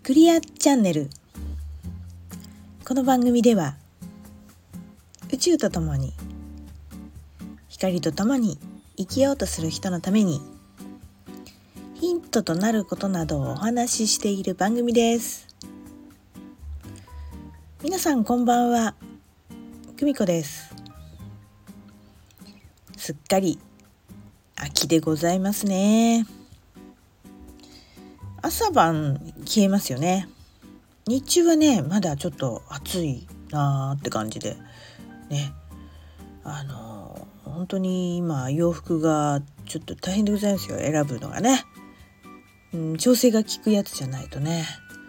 クリアチャンネル。この番組では宇宙とともに光とともに生きようとする人のためにヒントとなることなどをお話ししている番組です。皆さんこんばんは、久美子です。すっかり秋でございますね。朝晩冷えますよね。日中はねまだちょっと暑いなーって感じでね、本当に今洋服がちょっと大変でございますよ、選ぶのがね、調整が効くやつじゃないとね。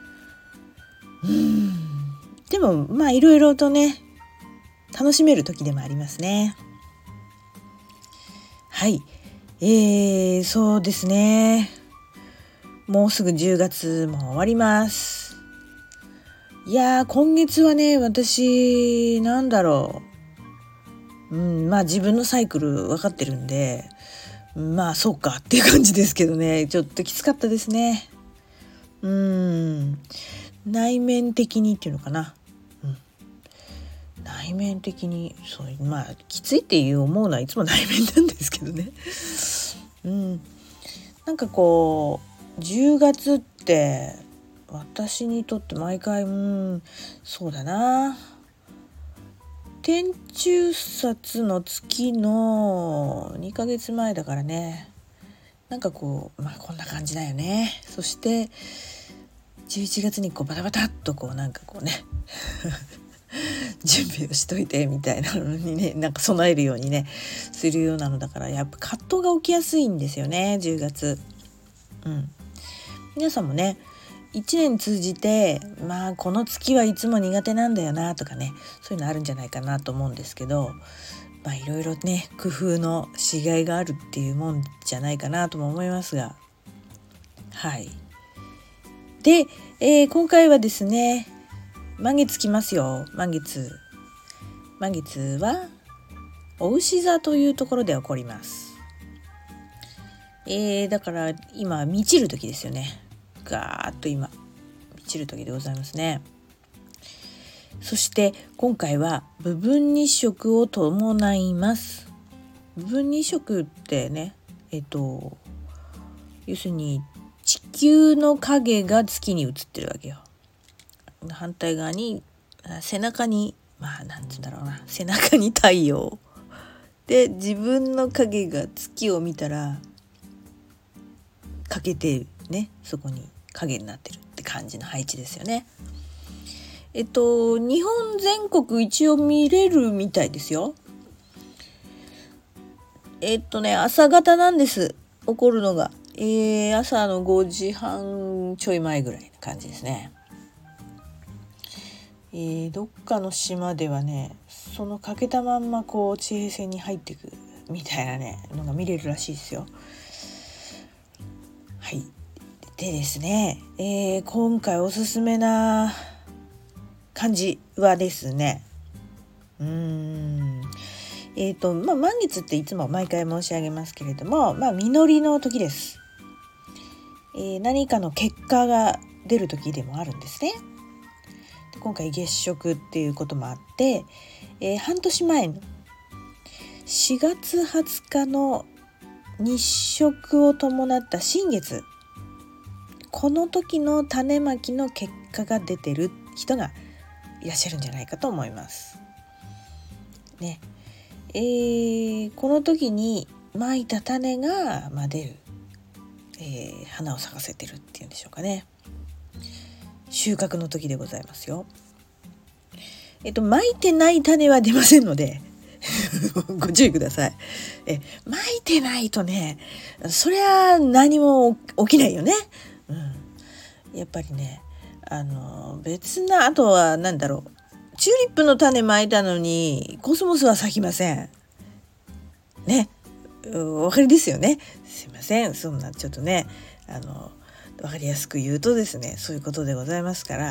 でもまあいろいろとね楽しめる時でもありますね。はい、そうですね、もうすぐ10月も終わります。いやー、今月はね私まあ自分のサイクル分かってるんで、まあそうかっていう感じですけどね、ちょっときつかったですね。内面的にっていうのかな、内面的にそうまあきついっていう思うのはいつも内面なんですけどね。なんかこう10月って私にとって毎回そうだな、天中殺の月の2ヶ月前だからね、なんかこうこんな感じだよね。そして11月にこうバタバタっとこうなんかこうね準備をしといてみたいなのにね、なんか備えるようにねするようなのだから、やっぱ葛藤が起きやすいんですよね、10月。皆さんもね1年通じてこの月はいつも苦手なんだよなとかね、そういうのあるんじゃないかなと思うんですけど、いろいろね工夫のしがいがあるっていうもんじゃないかなとも思いますが、はいで、今回はですね満月来ますよ。満月はお牛座というところで起こります。だから今満ちる時ですよね。ガーッと今満ちる時でございますね。そして今回は部分日食を伴います。部分日食ってね、要するに地球の影が月に映ってるわけよ。反対側に背中に背中に太陽で、自分の影が月を見たら欠けてね、そこに影になってるって感じの配置ですよね。日本全国一応見れるみたいですよ。朝方なんです、起こるのが。朝の5時半ちょい前ぐらいな感じですね。どっかの島ではね、その欠けたまんまこう地平線に入っていくみたいなねのが見れるらしいですよ。はい。でですね、今回おすすめな感じはですね、満月っていつも毎回申し上げますけれども、実りの時です。何かの結果が出る時でもあるんですね。で今回月食っていうこともあって、半年前の4月20日の日食を伴った新月、この時の種まきの結果が出てる人がいらっしゃるんじゃないかと思いますね。この時にまいた種が出る、花を咲かせてるっていうんでしょうかね。収穫の時でございますよ。まいてない種は出ませんのでご注意ください。まいてないとね、そりゃ何も起きないよね。やっぱりね、別な、あとはチューリップの種まいたのにコスモスは咲きませんね。お分かりですよね。すいません、そんなちょっとね分かりやすく言うとですね、そういうことでございますから、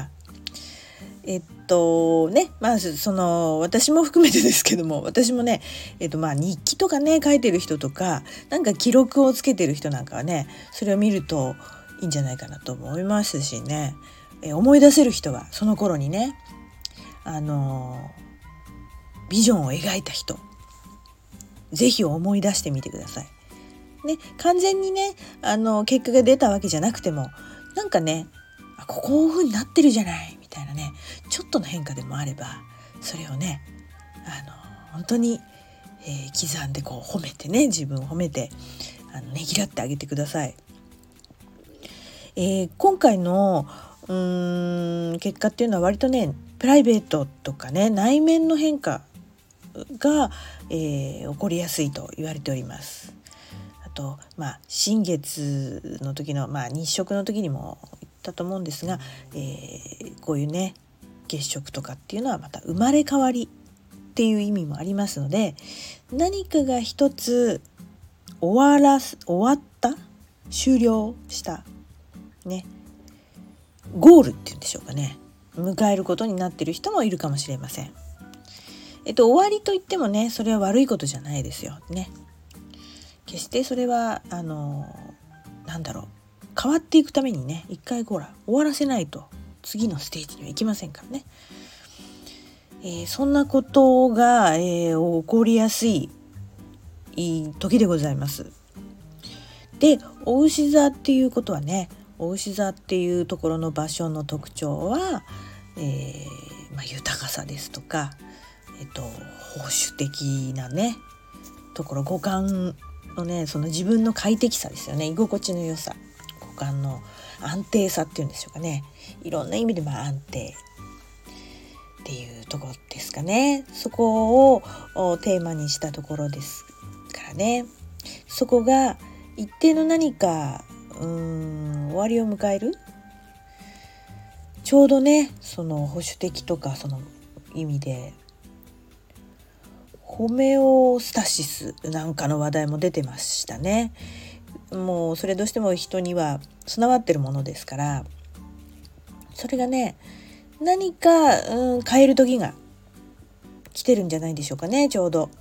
その私も含めてですけども、私もね日記とかね書いてる人とか記録をつけてる人なんかはね、それを見るといいんじゃないかなと思いますしね。 思い出せる人はその頃にねビジョンを描いた人、ぜひ思い出してみてください。ね、完全にね結果が出たわけじゃなくてもなんかねこういう風になってるじゃないみたいなねちょっとの変化でもあればそれをね本当に、刻んでこう褒めてね自分を褒めてねぎらってあげてください。今回の結果っていうのは割とねプライベートとかね内面の変化が、起こりやすいと言われております。あと新月の時の、日食の時にも言ったと思うんですが、こういうね月食とかっていうのはまた生まれ変わりっていう意味もありますので、何かが一つ終わった終了したねゴールっていうんでしょうかね、迎えることになっている人もいるかもしれません。終わりといってもねそれは悪いことじゃないですよね。決してそれは変わっていくためにね一回終わらせないと次のステージには行きませんからね。そんなことが、起こりやすい時でございます。で、お牛座っていうことはね、お牛座っていうところの場所の特徴は、豊かさですとか、保守的なねところ、五感のねその自分の快適さですよね、居心地の良さ、五感の安定さっていうんでしょうかね、いろんな意味で安定っていうところですかね。そこをテーマにしたところですからね。そこが一定の何か終わりを迎える、ちょうどねその保守的とかその意味でホメオスタシスなんかの話題も出てましたね。もうそれどうしても人には備わってるものですから、それがね何か変える時が来てるんじゃないでしょうかね、ちょうど、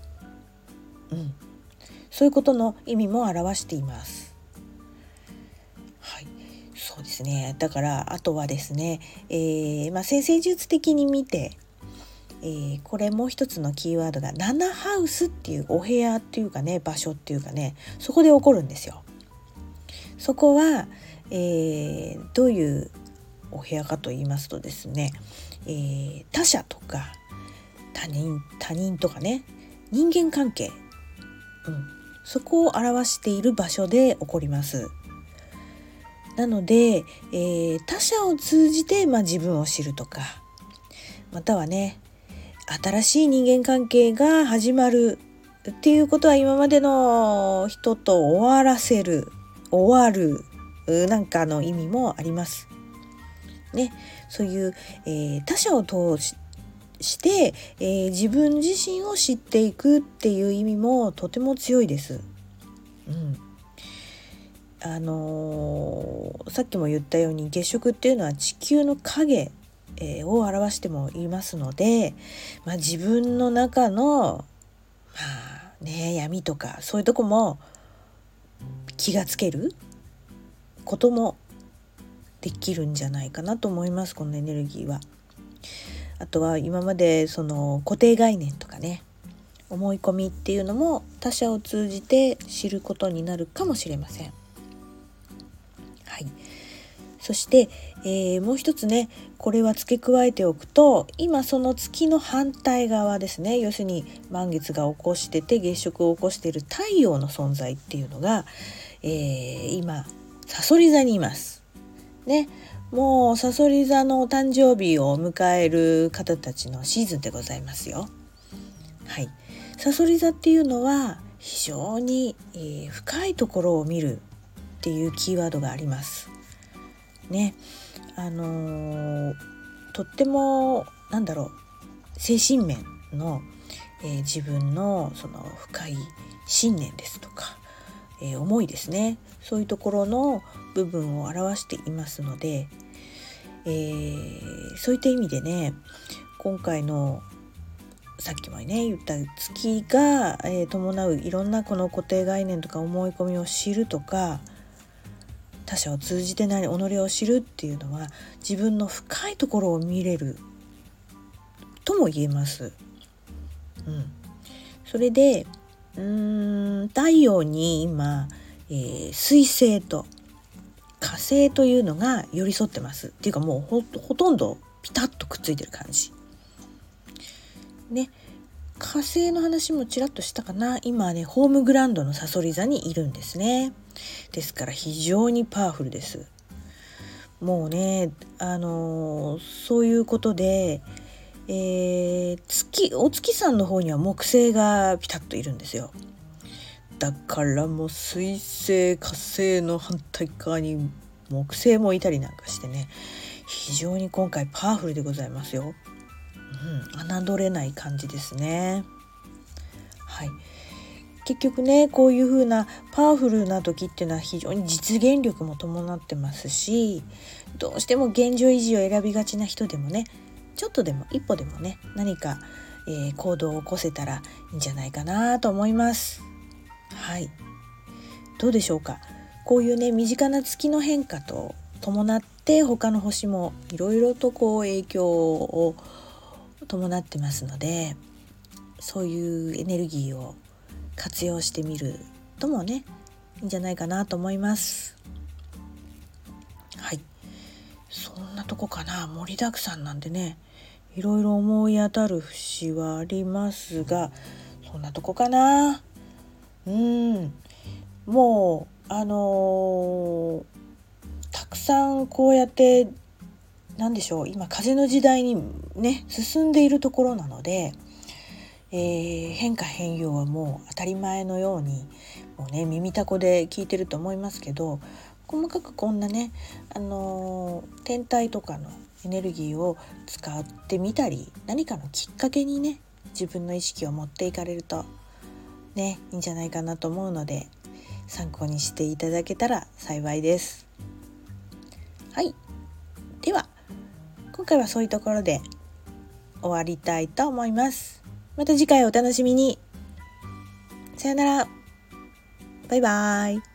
そういうことの意味も表しています。はい、そうですね。だからあとはですね、占星術的に見て、これもう一つのキーワードが7ハウスっていうお部屋っていうかね場所っていうかね、そこで起こるんですよ。そこは、どういうお部屋かと言いますとですね、他者とか他人とかね人間関係、そこを表している場所で起こります。なので、他者を通じて、自分を知るとか、またはね新しい人間関係が始まるっていうことは今までの人と終わるなんかの意味もありますね。そういう、他者を通して、自分自身を知っていくっていう意味もとても強いです。さっきも言ったように月食っていうのは地球の影を表してもいますので、自分の中の闇とかそういうとこも気がつけることもできるんじゃないかなと思います、このエネルギーは。あとは今までその固定概念とかね思い込みっていうのも他者を通じて知ることになるかもしれません。はい。そして、もう一つねこれは付け加えておくと、今その月の反対側ですね、要するに満月が起こしてて月食を起こしている太陽の存在っていうのが、今蠍座にいますね。もう蠍座のお誕生日を迎える方たちのシーズンでございますよ。はい。蠍座っていうのは非常に、深いところを見るっていうキーワードがありますね。とっても精神面の、自分のその深い信念ですとか、思いですね、そういうところの部分を表していますので、そういった意味でね今回のさっきもね言った月が、伴ういろんなこの固定概念とか思い込みを知るとか、 他者を通じて己を知るっていうのは自分の深いところを見れるとも言えます。それで太陽に今、水星と火星というのが寄り添ってますっていうか、もうほとんどピタッとくっついてる感じね。火星の話もちらっとしたかな。今ねホームグラウンドのさそり座にいるんですね。ですから非常にパワフルです。もうねそういうことで、お月さんの方には木星がピタッといるんですよ。だからもう水星火星の反対側に木星もいたりなんかしてね、非常に今回パワフルでございますよ。侮れない感じですね。はい。結局ねこういう風なパワフルな時っていうのは非常に実現力も伴ってますし、どうしても現状維持を選びがちな人でもね、ちょっとでも一歩でもね何か、行動を起こせたらいいんじゃないかなと思います。はい。どうでしょうか。こういうね身近な月の変化と伴って他の星もいろいろとこう影響を伴ってますので、そういうエネルギーを活用してみるともねいいんじゃないかなと思います。はい。そんなとこかな。盛りだくさんなんでねいろいろ思い当たる節はありますが、そんなとこかな。もうたくさんこうやってなんでしょう、今風の時代にね進んでいるところなので、変化変容はもう当たり前のようにもうね耳たこで聞いてると思いますけど、細かくこんなね天体とかのエネルギーを使ってみたり、何かのきっかけにね自分の意識を持っていかれるとねいいんじゃないかなと思うので、参考にしていただけたら幸いです。はい。では今回はそういうところで終わりたいと思います。また次回お楽しみに。さよなら。バイバイ。